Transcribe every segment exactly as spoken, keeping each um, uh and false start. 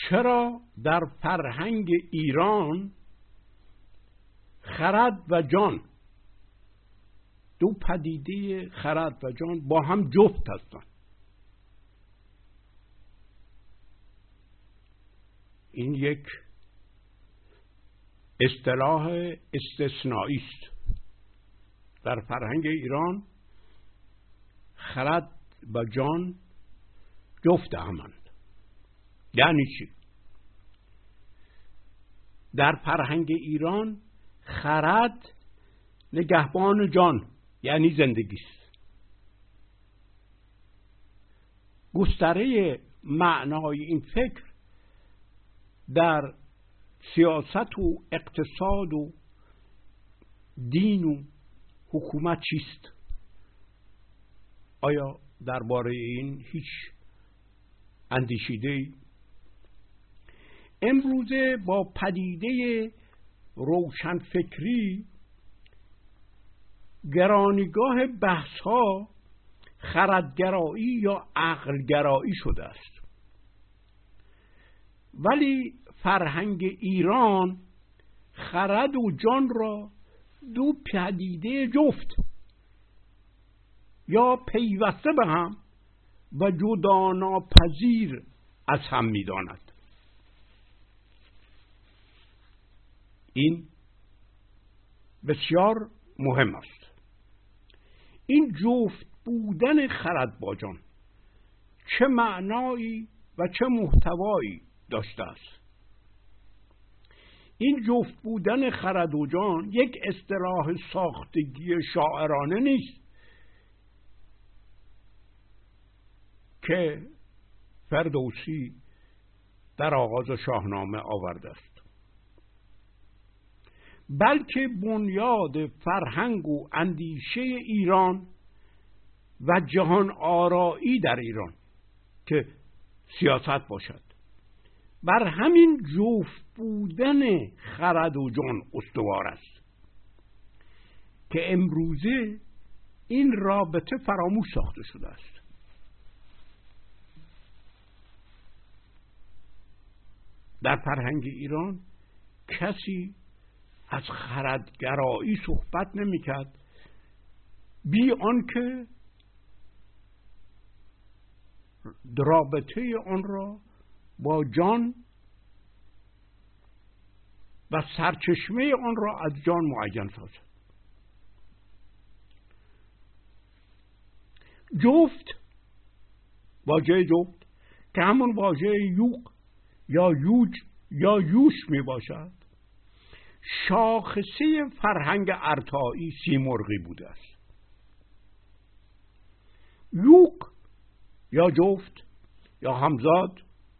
چرا در فرهنگ ایران خرد و جان، دو پدیده خرد و جان با هم جفت هستند؟ این یک اصطلاح استثنایی است. در فرهنگ ایران خرد و جان جفت همند. یعنی چی؟ در فرهنگ ایران خرد نگهبان جان یعنی زندگی است. گستره معنای این فکر در سیاست و اقتصاد و دین و حکومت چیست؟ آیا درباره این هیچ اندیشیده‌ای؟ امروزه با پدیده روشنفکری گرانیگاه بحث‌ها خردگرایی یا عقلگرایی شده است. ولی فرهنگ ایران خرد و جان را دو پدیده جفت یا پیوسته به هم و جدا ناپذیر از هم می‌داند. این بسیار مهم است. این جفت بودن خرد با جان چه معنایی و چه محتوایی داشته است؟ این جفت بودن خرد و جان یک اصطلاح ساختگی شاعرانه نیست که فردوسی در آغاز شاهنامه آورده است، بلکه بنیاد فرهنگ و اندیشه ایران و جهان آرایی در ایران که سیاست باشد بر همین جفت بودن خرد و جان استوار است که امروزه این رابطه فراموش ساخته شده است. در فرهنگ ایران کسی از خردگرایی صحبت نمی کرد بی آنکه رابطه آن را با جان و سرچشمه آن را از جان معین سازد. جفت، واژه جفت که همون واژه یوق یا یوج یا یوش می باشد، شاخصه فرهنگ ارتایی سیمرغی بوده است. یوق یا جفت یا همزاد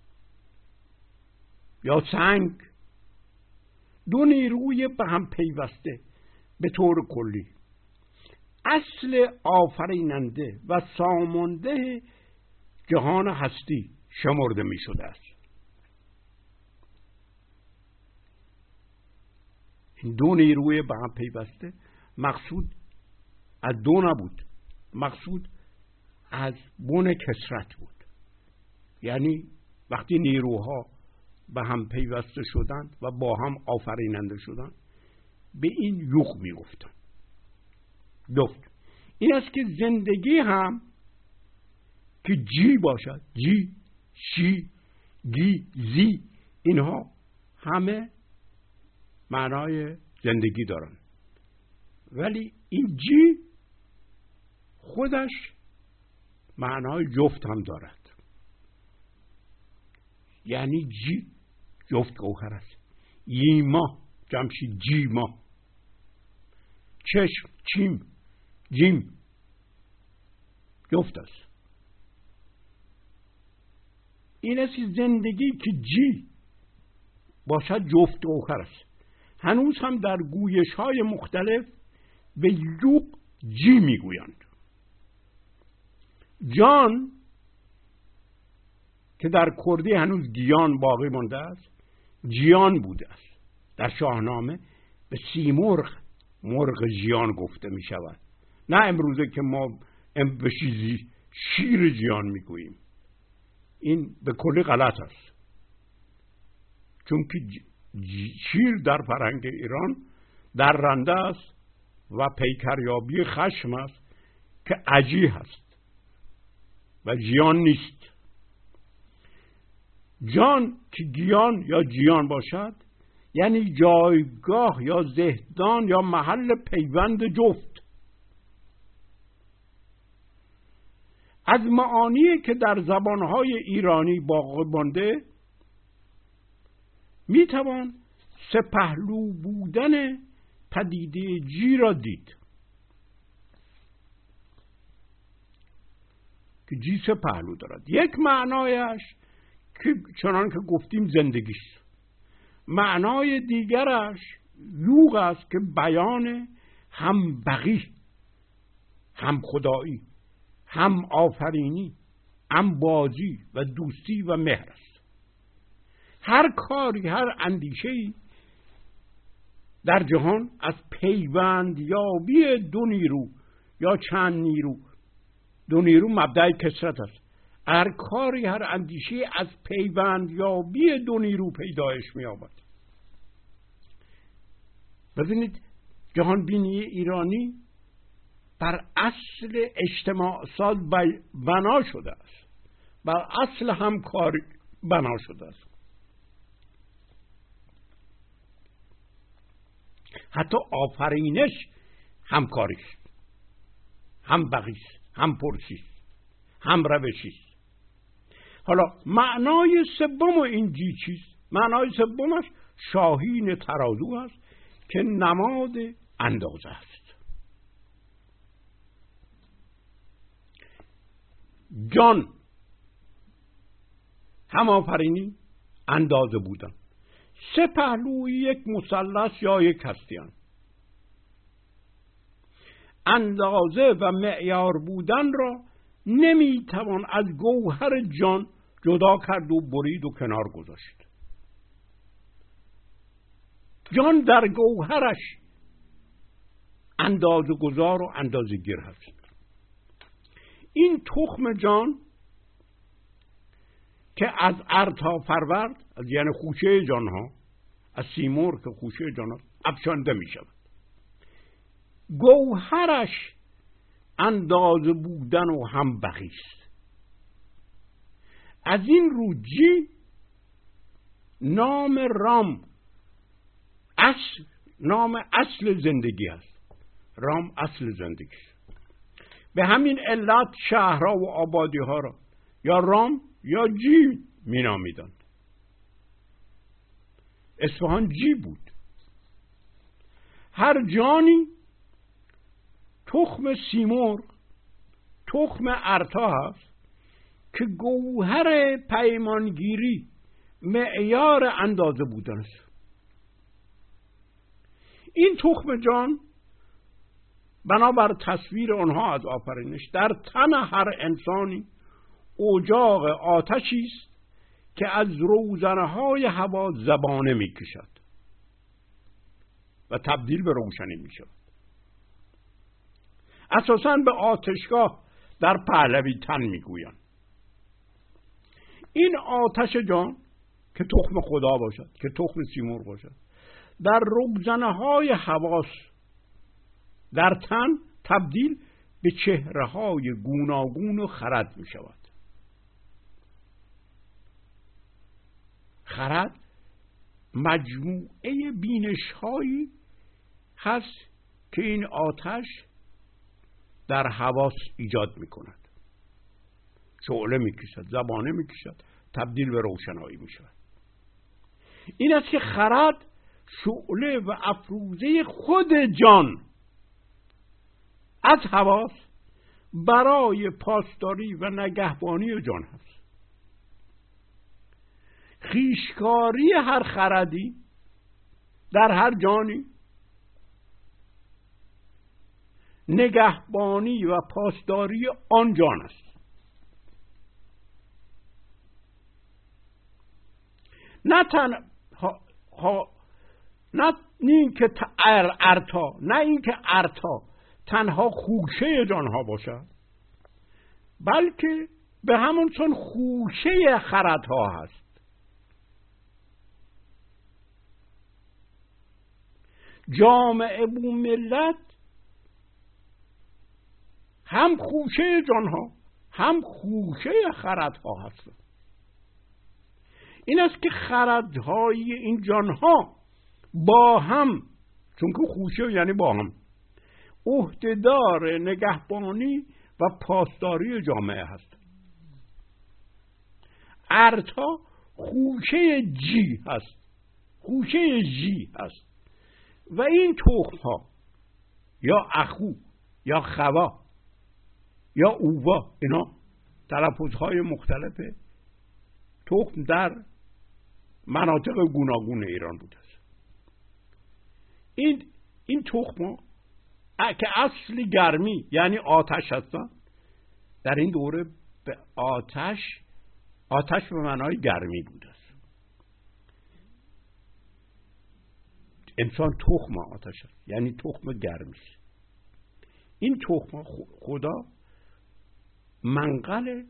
یا سنگ، دو نیروی به هم پیوسته به طور کلی اصل آفریننده و سامانده جهان هستی شمرده می شده است. این دو نیروی به هم پیوسته مقصود از دو نبود، مقصود از بن کثرت بود. یعنی وقتی نیروها به هم پیوسته شدند و با هم آفریننده شدند به این یوغ می گفتند. دفت این است که زندگی هم که جی باشد، جی، شی، گی، زی، اینها همه معنای زندگی دارن، ولی این جی خودش معنای جفت هم دارد. یعنی جی جفت گوهر است، ییما جمشی جیما، چشم چیم جیم جفت است. این است زندگی که جی باشد جفت گوهر است. هنوز هم در گویش های مختلف به یوغ جی میگویند. جان که در کردی هنوز گیان باقی مانده است جیان بوده است. در شاهنامه به سیمرغ مرغ جیان گفته می شود، نه امروزه که ما به چیزی شیر جیان می گوییم. این به کلی غلط است. چون که شیر در فرهنگ ایران در رنده است و پیکریابی خشم است که عجی هست و جیان نیست. جان که گیان یا جیان باشد یعنی جایگاه یا زهدان یا محل پیوند جفت. از معانی که در زبانهای ایرانی باقی مانده میتوان سه پهلو بودن پدیده جی را دید که جی سه پهلو دارد. یک معنایش که چنان که گفتیم زندگیست. معنای دیگرش یوغ است که بیان هم بقی، هم خدایی، هم آفرینی، هم بازی و دوستی و مهر است. هر کاری، هر اندیشه‌ای در جهان از پیوند یابی دو نیرو یا چند نیرو، دو نیرو مبدأ کثرت است، هر کاری، هر اندیشه از پیوند یابی دو نیرو پیدایش می‌یابد. ببینید جهان بینی ایرانی بر اصل اجتماع ساز بنا شده است، بر اصل همکاری بنا شده است. حتی آفرینش همکاری است، هم بقی است، هم پرسی است، هم روشی است. حالا معنای سوم این جی چیست؟ معنای سومش شاهین ترازو است که نماد اندازه است. جان، هم آفرینی، اندازه بودن، سه پهلوی یک مثلث یا یک هستی‌اند. اندازه و معیار بودن را نمیتوان از گوهر جان جدا کرد و برید و کنار گذاشت. جان در گوهرش اندازه گذار و اندازه گیر هست. این تخم جان که از ارتا فرورد، از یعنی خوشه جانها، از سیمرغ که خوشه جانها افشانده می شود، گوهرش اندازه بودن و هم بقی است. از این رو جی نام رام، اصل، نام اصل زندگی است. رام اصل زندگی است. به همین علت شهرها و آبادی ها را یا رام یا جی می نامیدند. اصفهان جی بود. هر جانی تخم سیمرغ، تخم ارتا هست که گوهر پیمانگیری، معیار اندازه بودن است. این تخم جان بنابر تصویر آنها از آفرینش در تن هر انسانی اجاق آتشی است که از روزنه‌های هوا زبانه می‌کشد و تبدیل به روشنی می‌شود. اساساً به آتشگاه در پهلوی تن می‌گویند. این آتش جان که تخم خدا باشد، که تخم سیمرغ باشد، در روزنه‌های حواس در تن تبدیل به چهره‌های گوناگون و خرد می‌شود. خرد مجموعه بینش‌هایی هست که این آتش در حواس ایجاد می‌کند. شعله می‌کشد، زبانه می‌کشد، تبدیل به روشنایی می‌شود. این است که خرد شعله و افروزه خود جان از حواس برای پاسداری و نگهبانی جان هست. خویشکاری هر خردی در هر جانی نگهبانی و پاسداری آن جان است. نه تنها نه این که ار ارتا نه این که ارتا تنها خوشه جانها باشد، بلکه به همون چون خوشه خردها هست. جامعه و ملت هم خوشه جانها هم خوشه خردها هستند. این است که خردهای این جانها با هم، چون که خوشه یعنی با هم، عهدهدار نگهبانی و پاسداری جامعه هست. ارتا خوشه جی هست، خوشه جی هست و این تخم ها یا اخو یا خوا یا اووا، اینا تلفظ های مختلف تخم در مناطق گوناگون ایران بوده است. این این تخم ها که اصل گرمی یعنی آتش هستن، در این دوره به آتش آتش به معنای گرمی بوده است. انسان تخم آتش است، یعنی تخم گرمی است. این تخم خدا منقل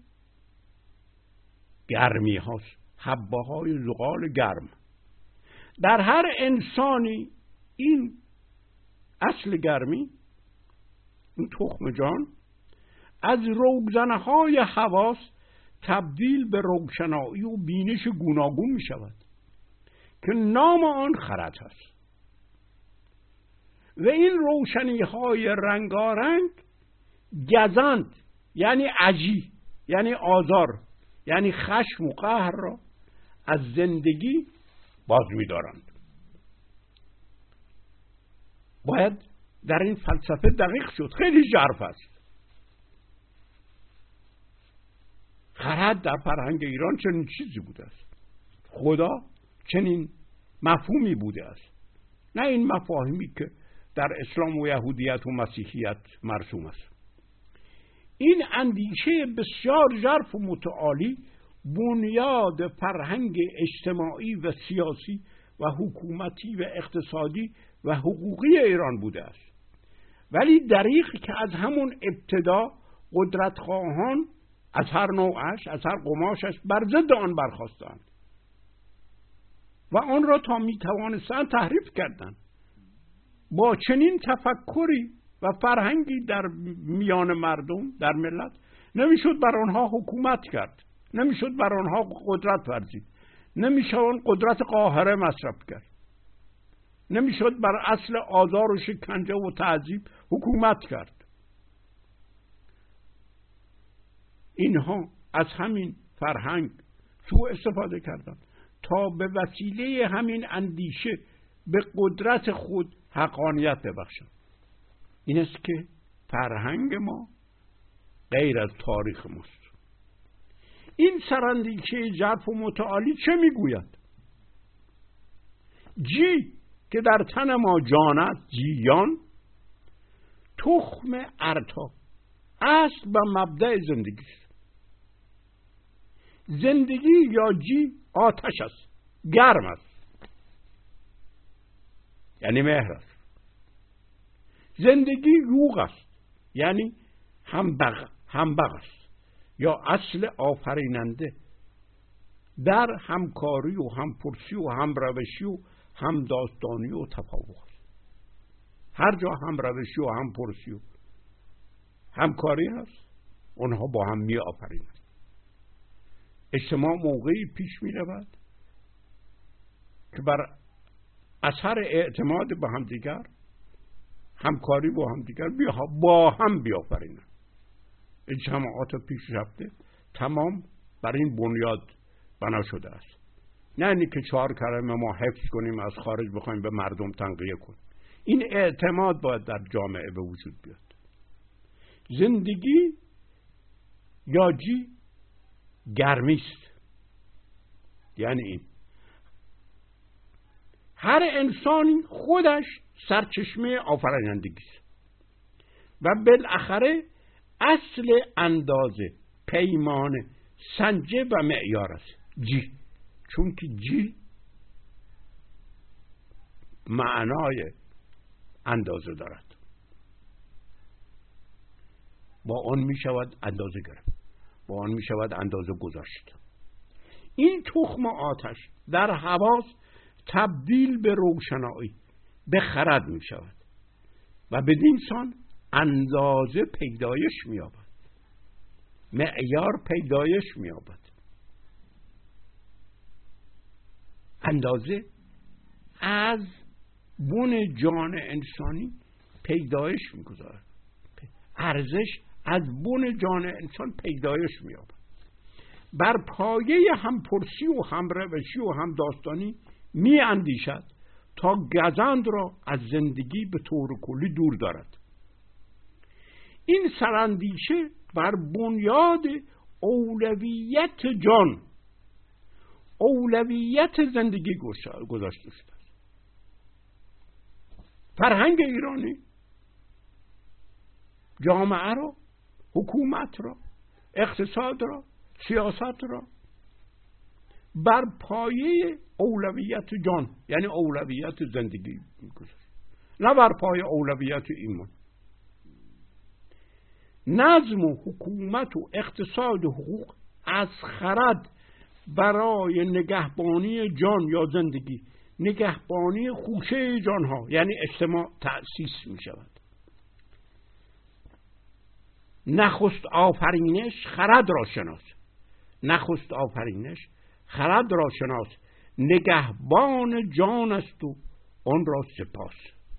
گرمی هاست، حبه های زغال گرم. در هر انسانی این اصل گرمی، این تخم جان، از روزنه های حواس تبدیل به روشنایی و بینش گوناگون می شود که نام آن خرد است. و این روشنی های رنگارنگ گزند، یعنی عجی، یعنی آزار، یعنی خشم و قهر را از زندگی باز می دارند. باید در این فلسفه دقیق شد، خیلی ژرف است. خرد در فرهنگ ایران چنین چیزی بوده است، خدا چنین مفهومی بوده است، نه این مفاهیمی که در اسلام و یهودیت و مسیحیت مرسوم است. این اندیشه بسیار ژرف و متعالی بنیاد فرهنگ اجتماعی و سیاسی و حکومتی و اقتصادی و حقوقی ایران بوده است. ولی دریغ که از همون ابتدا قدرتخواهان از هر نوعش، از هر قماشش بر ضد آن برخاستند و آن را تا می توانستند تحریف کردند. با چنین تفکری و فرهنگی در میان مردم، در ملت، نمیشد بر آنها حکومت کرد، نمیشد بر آنها قدرت ورزید، نمیشد قدرت قاهره مصرف کرد، نمیشد بر اصل آزار و شکنجه و تعذیب حکومت کرد. اینها از همین فرهنگ سوء استفاده کردند تا به وسیله همین اندیشه به قدرت خود حقانیت ببخشند. این است که فرهنگ ما غیر از تاریخ ماست. این سراندیشه ژرف و متعالی چه میگوید؟ جی که در تن ما جان است، جیان، تخم ارتا، اصل و مبدأ زندگی است. زندگی یا جی آتش است، گرم است، یعنی مهر است. زندگی یوغ است، یعنی همبغ همبغ است یا اصل آفریننده در همکاری و همپرسی و همروشی و همداستانی و تفاوت است. هر جا همروشی و همپرسی و همکاری هست، اونها با هم می آفرینند. اجتماع موقعی پیش می رود که بر اثر اعتماد به هم دیگر، همکاری با هم دیگر با هم بیافرینند. اجتماعات پیشرفته تمام بر این بنیاد بنا شده است. نه اینی که چهار کلمه ما حفظ کنیم از خارج بخوایم به مردم تنقیه کنیم. این اعتماد باید در جامعه به وجود بیاد. زندگی یا جی گرمی است، یعنی این هر انسانی خودش سرچشمه آفرینندگی است و بالاخره اصل اندازه، پیمانه، سنجه و معیار است جی، چون که جی معنای اندازه دارد، با آن می شود اندازه گرفت، با آن می شود اندازه گذاشت. این تخم آتش در حواس تبدیل به روشنایی به خرد می شود و بدین سان اندازه پیدایش می یابد، معیار پیدایش می یابد. اندازه از بن جان انسانی پیدایش می گذارد، ارزش از بن جان انسان پیدایش می یابد. بر پایه همپرسی و همروشی و همداستانی می اندیشد تا گزند را از زندگی به طور کلی دور دارد. این سراندیشه بر بنیاد اولویت جان، اولویت زندگی گذاشته شده است. فرهنگ ایرانی جامعه را، حکومت را، اقتصاد را، سیاست را بر پایه اولویت جان یعنی اولویت زندگی می‌گذاره، نه بر پایه اولویت ایمان. نظم و حکومت و اقتصاد و حقوق از خرد برای نگهبانی جان یا زندگی، نگهبانی خوشه جانها یعنی اجتماع تأسیس می شود. نخست آفرینش خرد را شناس، نخست آفرینش خرد را شناس، نگهبان جان است و آن را سپاس.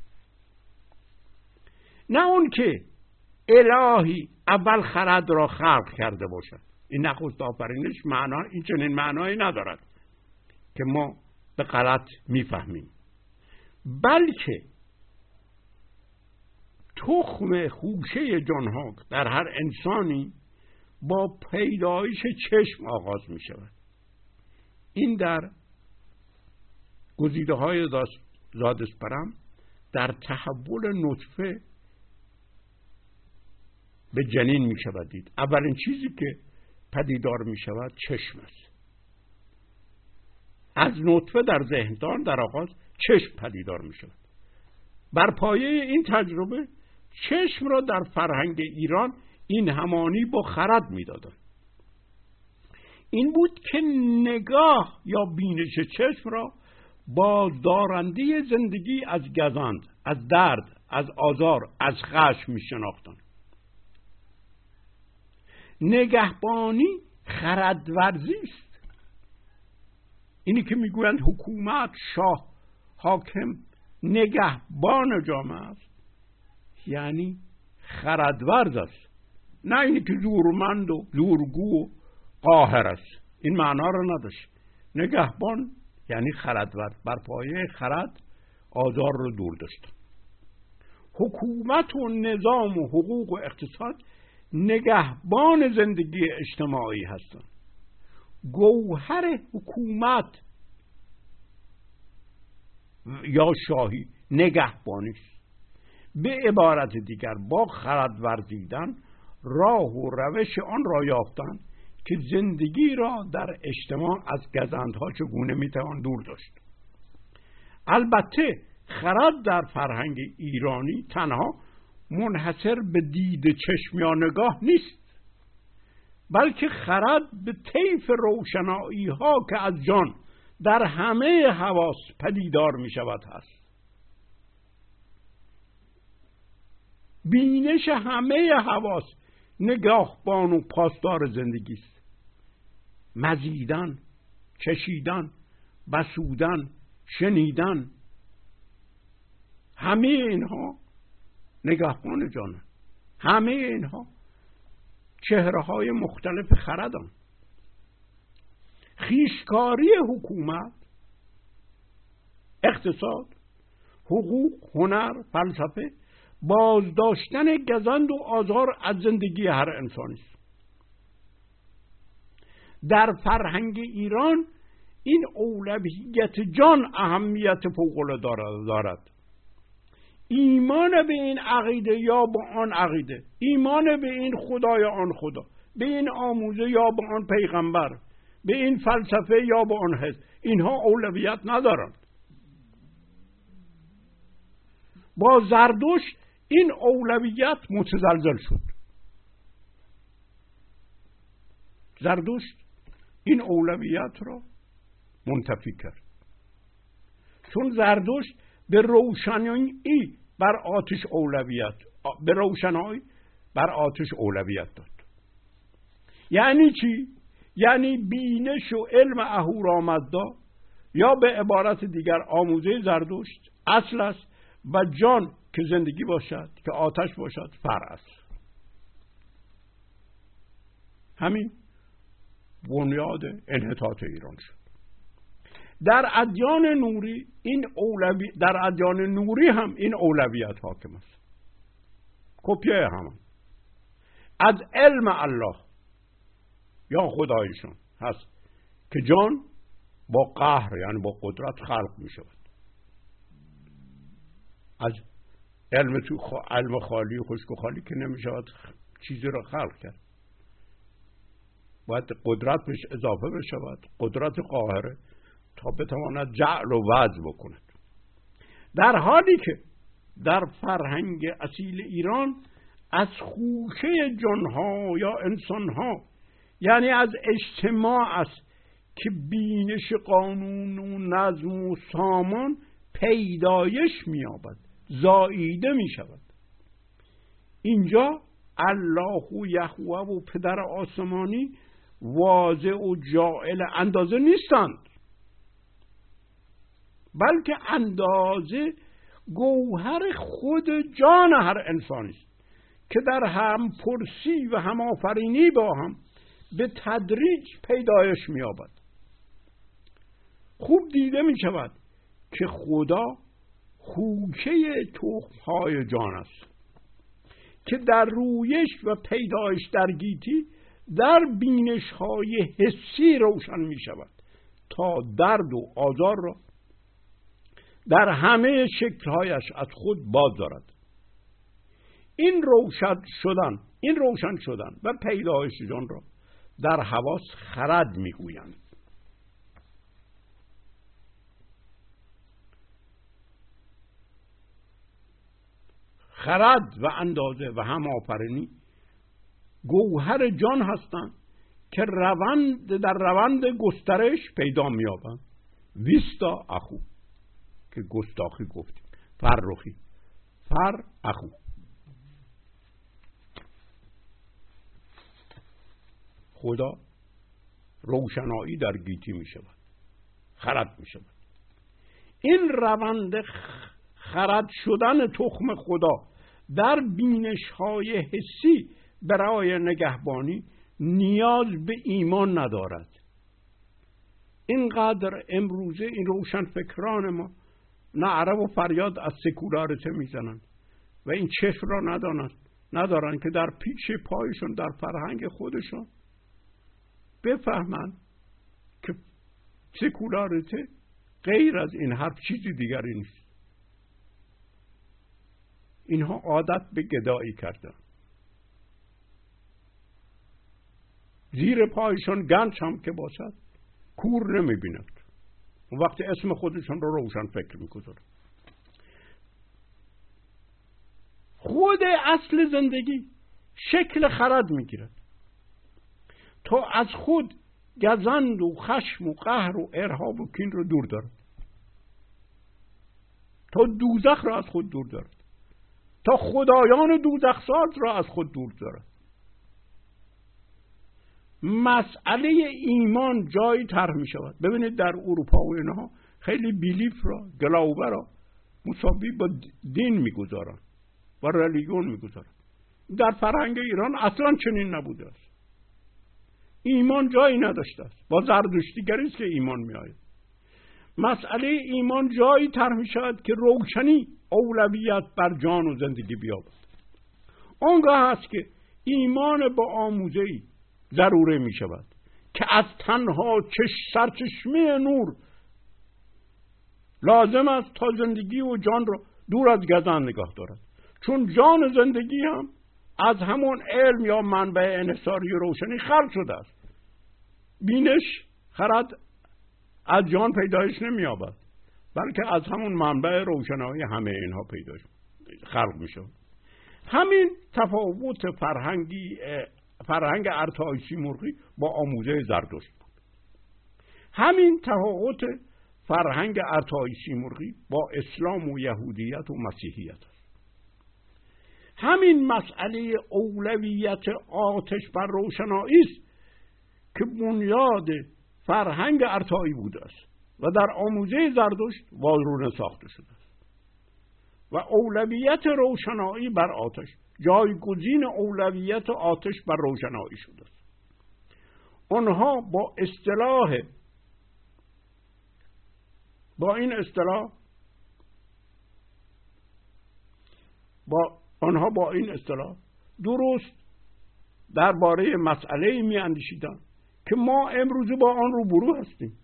نه اون که الهی اول خرد را خلق کرده باشد، این نخست آفرینش معنا این چنین معنایی ندارد که ما به غلط میفهمیم، بلکه تخم خوشه جانها در هر انسانی با پیدایش چشم آغاز می شود. این در گزیده های زادسپرم در تحول نطفه به جنین می شود دید. اولین چیزی که پدیدار می شود چشم است. از نطفه در ذهنتان در آغاز چشم پدیدار می شود. بر پایه این تجربه چشم را در فرهنگ ایران این همانی با خرد می دادن. این بود که نگاه یا بینش چشم را بازدارنده زندگی از گزند، از درد، از آزار، از خشم می شناختن. نگهبانی خردورزی است. اینی که میگویند حکومت، شاه، حاکم نگهبان جامعه است، یعنی خردورز است، نه اینی که زورمند و زورگو و قاهر است. این معنا رو نداشت. نگهبان یعنی خردورز، بر پایه خرد آزار رو دور داشت. حکومت و نظام و حقوق و اقتصاد نگهبان زندگی اجتماعی هستند. گوهر حکومت یا شاهی نگهبانی است. به عبارت دیگر با خرد ورزیدن راه و روش آن را یافتند که زندگی را در اجتماع از گزندها چگونه میتوان دور داشت. البته خرد در فرهنگ ایرانی تنها منحصر به دید چشم یا نگاه نیست، بلکه خرد به طیف روشنایی ها که از جان در همه حواس پدیدار می شود هست. بینش همه حواس نگاهبان و پاسدار زندگی است. مزیدن، چشیدن، بسودن، شنیدن، همه اینها نگاهبان جانه. همه اینها چهره های مختلف خردان. خیشکاری حکومت، اقتصاد، حقوق، هنر، فلسفه بازداشتن گزند و آزار از زندگی هر انسانی است. در فرهنگ ایران این اولویت جان اهمیت فوق‌العاده دارد. ایمان به این عقیده یا به آن عقیده، ایمان به این خدا یا آن خدا، به این آموزه یا به آن پیغمبر، به این فلسفه یا به آن حزب، اینها اولویت ندارند. با زردشت این اولویت متزلزل شد. زردشت این اولویت را منتفی کرد، چون زردشت به روشنایی بر آتش اولویت به روشنایی بر آتش اولویت داد. یعنی چی؟ یعنی بینش و علم اهورامزدا یا به عبارت دیگر آموزه زردشت اصل است و جان که زندگی باشد، که آتش باشد، فرع است. همین بنیاد انحطاط ایران شد. در ادیان نوری این اولوی در ادیان نوری هم این اولویت حاکم است. کپیه هم از علم الله یا خدایشون هست که جان با قهر یعنی با قدرت خلق می شود. از علم تو خ... علم خالی و خشک و خالی که نمی شود چیزی را خلق کرد. باید قدرت بهش اضافه بشود، قدرت قاهره، تا بتواند جعل و وضع بکند. در حالی که در فرهنگ اصیل ایران از خوشه جانها یا انسانها، یعنی از اجتماع است که بینش قانون و نظم و سامان پیدایش می‌یابد، زاییده می‌شود. اینجا الله و یهوه و پدر آسمانی واضع و جاعل اندازه نیستند، بلکه اندازه گوهر خود جان هر انسانی است که در هم پرسی و هم آفرینی با هم به تدریج پیدایش می‌یابد. خوب دیده می شود که خدا خوشه تخم‌های جان است که در رویش و پیدایش در گیتی در بینش‌های حسی روشن می شود تا درد و آزار را در همه شکل‌هایش از خود باز دارد. این روشن شدن این روشن شدن و پیدایش جان را در حواس خرد می‌گویند. خرد و اندازه و هم آفرینی گوهر جان هستند که روند در روند گسترش پیدا می‌یابند. ویستا اخو که گستاخی گفتیم، فرخی، فر اخو. خدا روشنایی در گیتی می شود، خرد می شود. این روند خرد شدن تخم خدا در بینش های حسی برای نگهبانی نیاز به ایمان ندارد. اینقدر امروزه این روشن فکران ما نعره و فریاد از سکولاریته میزنند و این چشم را ندانند ندارند که در پیش پایشون در فرهنگ خودشون بفهمند که سکولاریته غیر از این حرف چیزی دیگری نیست. اینها عادت به گدایی کردن، زیر پایشون گنج هم که باشد کور نمیبیند و وقتی اسم خودشون رو روشن فکر میگذارن. خود اصل زندگی شکل خرد میگیرد تا از خود گزند و خشم و قهر و ارهاب و کین رو دور دارد، تا دوزخ را از خود دور دارد، تا خدایان دوزخ ساز را از خود دور دارد. مسئله ایمان جایی طرح می شود. ببینید در اروپا و اینها خیلی بیلیف را، گلاوبه را مساوی با دین می گذارن و ریلیگون می گذارن. در فرهنگ ایران اصلا چنین نبوده است. ایمان جایی نداشته است. با زردشتیگری است که ایمان می آید. مسئله ایمان جایی طرح می شود که روشنی اولویت بر جان و زندگی بیابد. آنگاه است که ایمان با آموزه‌ای ضروری می شود که از تنها چش سرچشمه نور لازم است تا زندگی و جان را دور از گزند نگاه دارد، چون جان زندگی هم از همون علم یا منبع انحصاری روشنی خلق شده است. بینش خرد از جان پیدایش نمی یابد، بلکه از همون منبع روشنایی همه اینها پیدایش خلق می شود. همین تفاوت فرهنگی فرهنگ ارتعاش سیمرغی با آموزه زردشت بود. همین تفاوت فرهنگ ارتایی سیمرغی با اسلام و یهودیت و مسیحیت است. همین مسئله اولویت آتش بر روشنایی است که بنیاد فرهنگ ارتایی بوده است و در آموزه زردشت وارونه ساخته شده است و اولویت روشنایی بر آتش جایگزین اولویت آتش بر روشنایی شده است. آنها با اصطلاح با این اصطلاح با آنها با این اصطلاح درست درباره مسئله می اندیشیدند که ما امروز با آن روبرو هستیم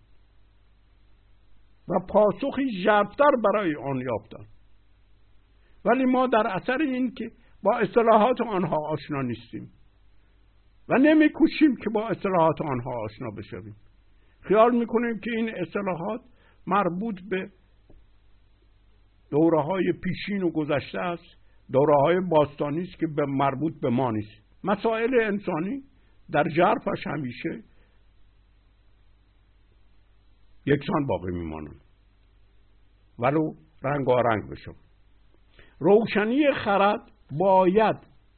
و پاسخی ژرف‌تر برای آن یافتند، ولی ما در اثر این که با اصطلاحات آنها آشنا نیستیم و نمی‌کوشیم که با اصطلاحات آنها آشنا بشویم. خیال می‌کنیم که این اصطلاحات مربوط به دوره‌های پیشین و گذشته است، دوره‌های باستانی است که به مربوط به ما نیست. مسائل انسانی در ژرفش همیشه یکسان باقی میمانند ولو رنگارنگ بشن. روشنی خرد باید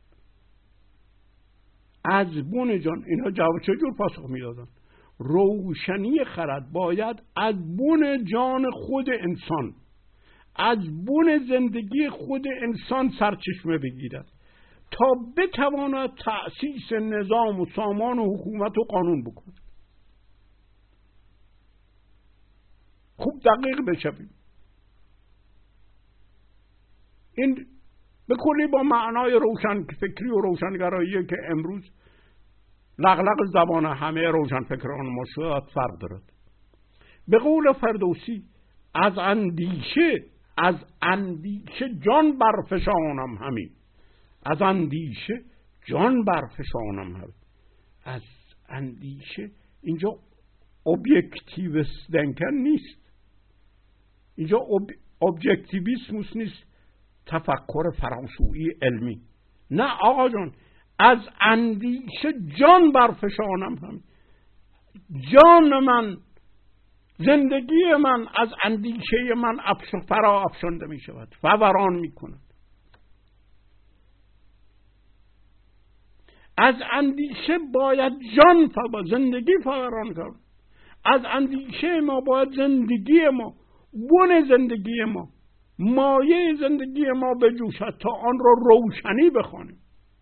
از بن جان، اینها جواب چجور پاسخ میدادن؟ روشنی خرد باید از بن جان خود انسان، از بن زندگی خود انسان سرچشمه بگیرد تا بتواند تأسیس نظام و سامان و حکومت و قانون بکند. خوب دقیق بشویم. این به کلی با معنای روشن فکری و روشنگرایی که امروز لغلق زبان همه روشن فکران ما شد فرق دارد. به قول فردوسی از اندیشه از اندیشه جان برفشانم همین، از اندیشه جان برفشانم همین. از اندیشه اینجا ابجکتیویست دنکن نیست، اینجا ابجکتیویسموس نیست، تفکر فرانسوی علمی. نه آقا جان، از اندیشه جان برفشانم همین. جان من، زندگی من از اندیشه من فرا افشانده می شود، فوران می کند. از اندیشه باید جان فوران، زندگی فوران کند. از اندیشه ما باید زندگی ما، بن زندگی ما، مایه زندگی ما بجوشد تا آن را روشنی بخوانیم.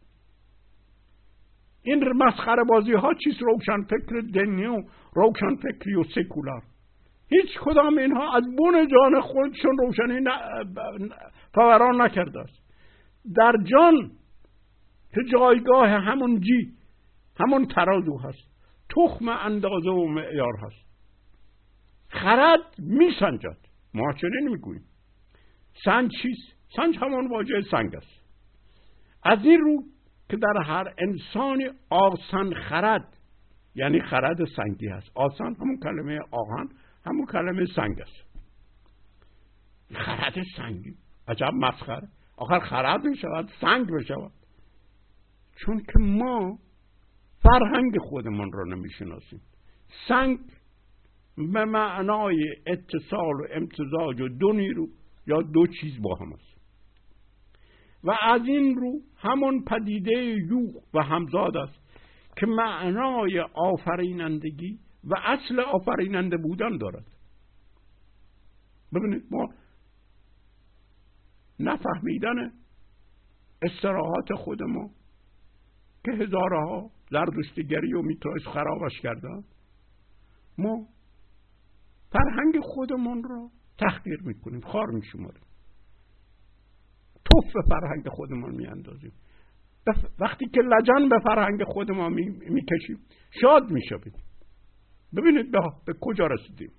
این مسخره بازی ها چیست؟ روشن فکر دینی و روشن فکری و سکولار، هیچ کدام اینها از بن جان خودشون روشنی فوران نکرده است. در جان که جایگاه همون جی، همون ترازو هست، تخم اندازه و معیار هست. خرد می سنجد، ما چنین میگوییم. سنج چیست؟ سنج همان واژه سنگ است. از این رو که در هر انسانی آسان خرد، یعنی خرد سنگی هست. آسان همون کلمه آهن، همون کلمه سنگ است. خرد سنگی، عجب مسخره. آخر خرد می شود سنگ بشود، چون که ما فرهنگ خودمان را نمی شناسیم. سنگ به معنای اتصال و امتزاج و دو نیرو یا دو چیز با هم است و از این رو همون پدیده یوغ و همزاد است که معنای آفرینندگی و اصل آفریننده بودن دارد. ببینید، ما نفهمیدن اصطلاحات خود ما که هزارها زردشتگری و میترایس خرابش کردن، ما فرهنگ خودمون را تحقیر میکنیم، خار میشماریم، توف فرهنگ خودمان میاندازیم. وقتی که لجن به فرهنگ خودمان میکشیم شاد میشویم. ببینید به, به کجا رسیدیم.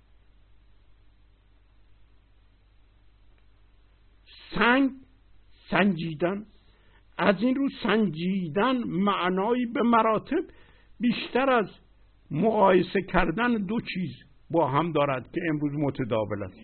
سنگ، سنجیدن، از این رو سنجیدن معنایی به مراتب بیشتر از مقایسه کردن دو چیز با هم دارد که امروز متداول است.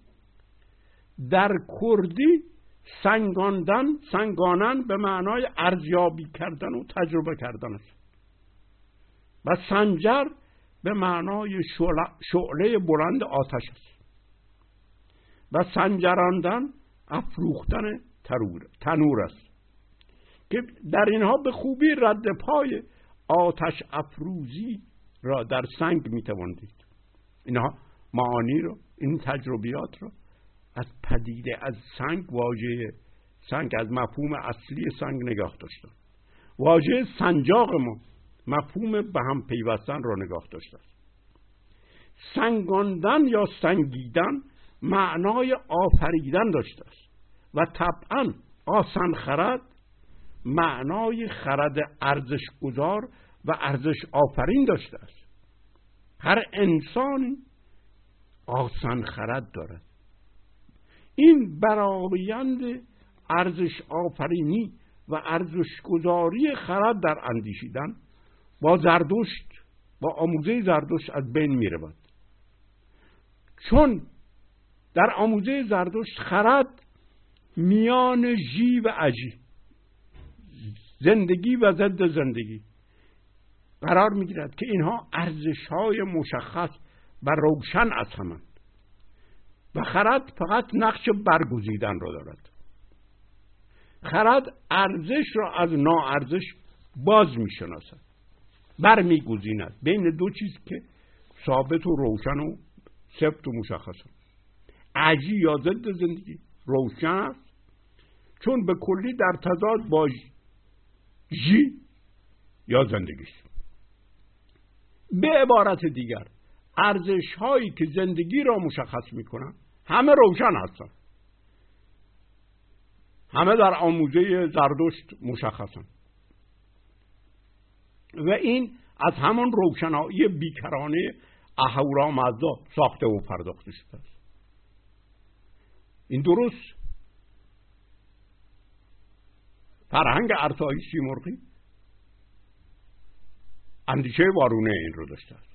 در کردی سنگاندن، سنگانن به معنای ارزیابی کردن و تجربه کردن است و سنجر به معنای شعله بلند آتش است و سنجراندن افروختن تنور است که در اینها به خوبی رد پای آتش افروزی را در سنگ میتوان دید. اینها معانی رو، این تجربیات رو از پدیده از سنگ، واژه سنگ از مفهوم اصلی سنگ نگاه داشتن. واژه سنجاق ما مفهوم به هم پیوستن را نگاه داشته است. سنگاندن یا سنگیدن معنای آفریدن داشته است و طبعا آسان خرد معنای خرد ارزش گذار و ارزش آفرین داشته است. هر انسانی آسان خرد دارد. این برآیند ارزش آفرینی و ارزش گذاری خرد در اندیشیدن با زردشت، با آموزه زردشت از بین می رود. چون در آموزه زردشت خرد میان ژی و اژی، زندگی و ضد زندگی قرار می گیرد که اینها ارزش های مشخص و روشن از همند و خرد فقط نقش برگزیدن را دارد. خرد ارزش را از ناارزش باز می شناسد، بر می گزیند بین دو چیز که ثابت و روشن و سفت و مشخص است. اژی یا ضد زندگی روشن است چون به کلی در تضاد با ژی یا زندگی است. به عبارت دیگر ارزش هایی که زندگی را مشخص می کنند همه روشن هستند، همه در آموزه زردشت مشخصند و این از همان روشنایی بیکرانه اهورامزدا ساخته و پرداخته شده است. این درست فرهنگ ارتایی سیمرغی اندیشه وارونه این رو داشته است.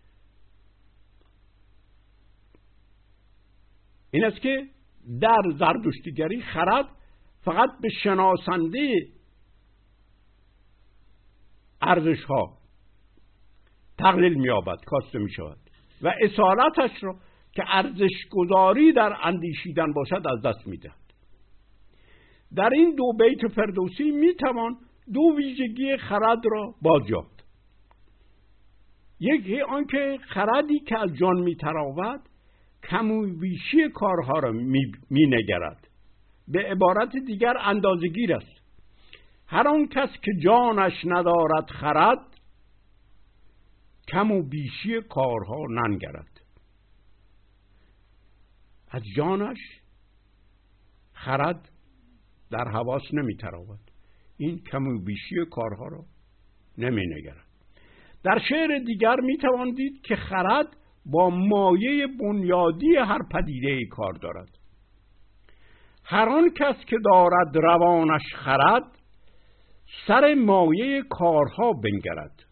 این است که در زردشتیگری خرد فقط به شناسنده ارزش ها تقلیل می یابد، کاسته می شود و اصالتش را که ارزش گذاری در اندیشیدن باشد از دست می دهد. در این دو بیت فردوسی می توان دو ویژگی خرد را بازیافت. یکی آنکه خردی که از جان می تراود کم و بیشی کارها را می, می نگرد. به عبارت دیگر اندازه‌گیر است. هر آن کس که جانش ندارد خرد کم و بیشی کارها ننگرد. از جانش خرد در حواس نمی تراود، این کم و بیشی کارها را نمی نگرد. در شعر دیگر می توان دید که خرد با مایه بنیادی هر پدیده کار دارد. هر آن کس که دارد روانش خرد سر مایه کارها بنگرد.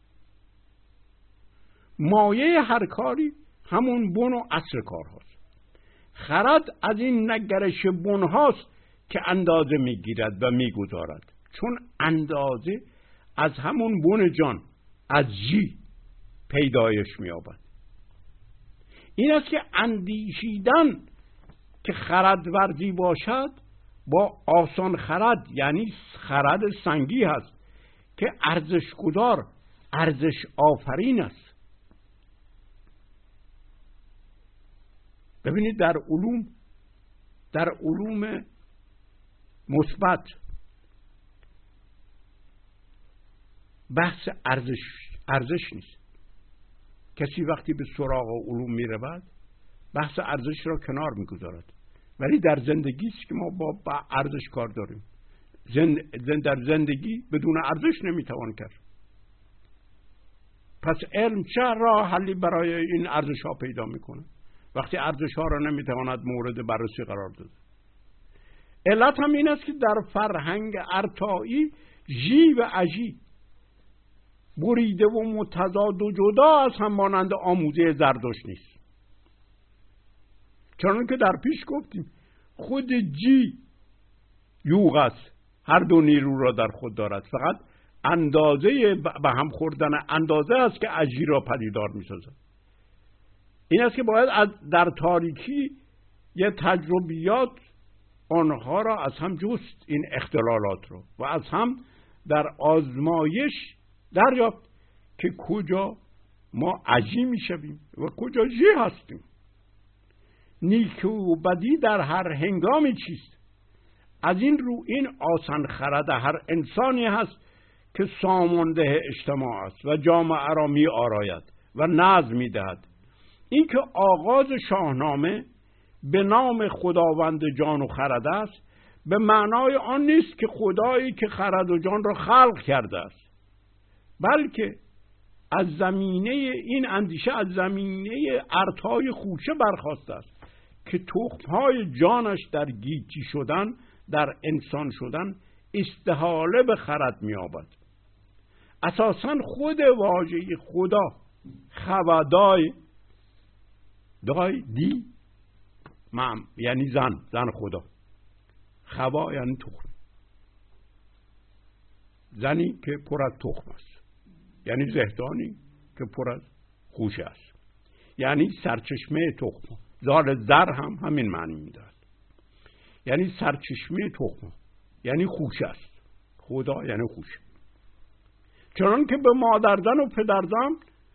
مایه هر کاری همون بن و اصل کار هاست. خرد از این نگرش بن هاست که اندازه میگیرد و میگذارد، چون اندازه از همون بن جان، از ژی پیدایش مییابد. این است که اندیشیدن که خرد ورزی باشد با آسان خرد، یعنی خرد سنگی هست که ارزش گذار، ارزش آفرین است. ببینید در علوم در علوم مثبت بحث ارزش ارزش نیست. کسی وقتی به سراغ علوم می رود بحث ارزش را کنار می گذارد، ولی در زندگی است که ما با, با ارزش کار داریم. زند, زند در زندگی بدون ارزش نمی توان کرد. پس علم چه راه حلی برای این ارزش ها پیدا می کنه وقتی ارزش ها را نمی تواند مورد بررسی قرار داد؟ علت هم این است که در فرهنگ ارتایی ژی و اژی بریده و متضاد و جدا از هم مانند آموزه زردشت نیست. چون که در پیش گفتیم خود جی یوغ است، هر دو نیرو را در خود دارد، فقط اندازه به هم خوردن اندازه است که اجری را پدیدار می‌سازد. این است که باید از در تاریکی یه تجربیات آنها را از هم جست، این اختلالات رو، و از هم در آزمایش دریافت که کجا ما اجی میشویم و کجا جی هستیم. نیکی و بدی در هر هنگامی چیست؟ از این رو این آسان خرد هر انسانی هست که سامانده اجتماع است و جامعه را می آراید و نظم می دهد. این که آغاز شاهنامه به نام خداوند جان و خرد است، به معنای آن نیست که خدایی که خرد و جان را خلق کرده است، بلکه از زمینه این اندیشه از زمینه ارتای خوشه برخاسته است که تخم‌های جانش در گیتی شدن، در انسان شدن استحاله به خرد می‌یابد. اساساً خود واژه خدا خودای دای دی مام یعنی زن زن خدا، خوا یعنی تخم، زنی که پر از تخم است، یعنی زهدانی که پر از خوشه است، یعنی سرچشمه تخم. زال زر هم همین معنی میدهد، یعنی سرچشمه تخم، یعنی خوشه است. خدا یعنی خوشه. چنان که به مادرزن و پدرزن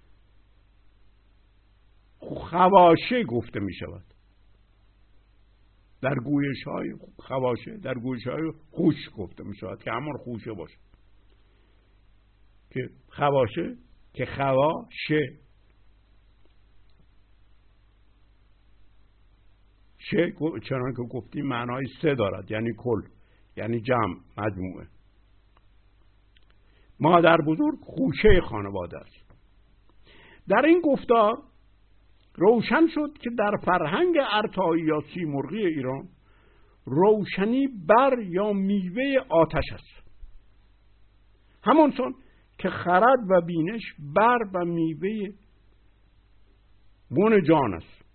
خواشه گفته می شود در گویش های خواشه، در گویش های خوش گفته می شود که همان خوشه باشه، که خواشه که خواشه شه چنان که گفتیم معنای سه دارد، یعنی کل، یعنی جمع، مجموعه. مادر بزرگ خوشه خانواده است. در این گفتار روشن شد که در فرهنگ ارتایی یا سیمرغی ایران روشنی بر یا میوه آتش است، همانطور که خرد و بینش بر و میوه بن جان است.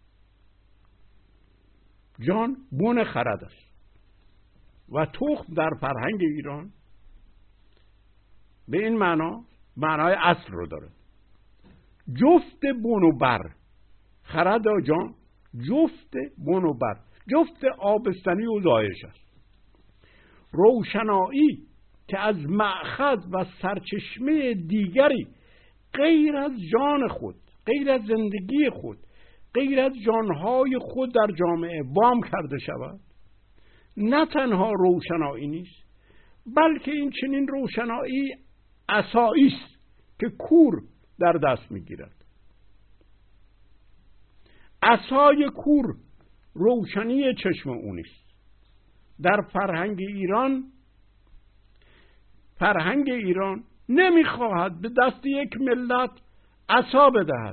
جان بن خرد است و تخم در فرهنگ ایران به این معنا معنای اصل رو داره. جفت بن و بر، خرد و جان جفت بن و بر، جفت آبستنی و زایش است. روشنایی که از مأخذ و سرچشمه دیگری غیر از جان خود، غیر از زندگی خود، غیر از جانهای خود در جامعه وام کرده شود، نه تنها روشنایی نیست، بلکه این چنین روشنایی عصایی است که کور در دست میگیرد. عصای کور روشنی چشم او نیست. در فرهنگ ایران فرهنگ ایران نمیخواهد به دست یک ملت عصا بدهد.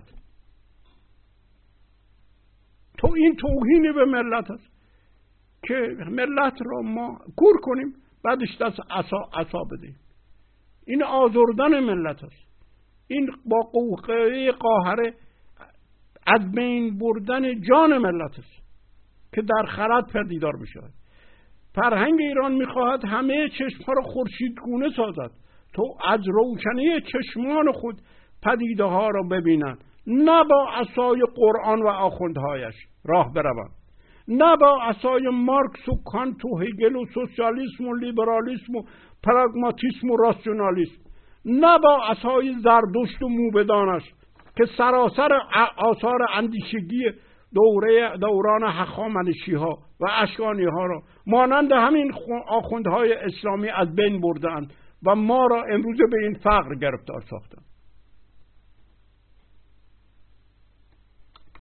تو این توهین به ملت است که ملت را ما کور کنیم بعدش دست عصا عصا بدهیم. این آزردن ملت است. این با قوقعه قاهره از بین بردن جان ملت است که در خرد پدیدار می شود. فرهنگ ایران می خواهد همه چشمها را خورشیدگونه سازد، تو از روشنی چشمان خود پدیده ها را ببینند، نه با عصای قرآن و آخوندهایش راه بروند، نه با عصای مارکس و کانت و هگل و سوسیالیسم و لیبرالیسم و پراگماتیسم و راسیونالیسم، نه با عصای زردشت و موبدانش که سراسر آثار اندیشگی دوره دوران هخامنشی ها و اشکانی ها را مانند همین آخوندهای اسلامی از بین بردند و ما را امروز به این فقر گرفتار ساختند.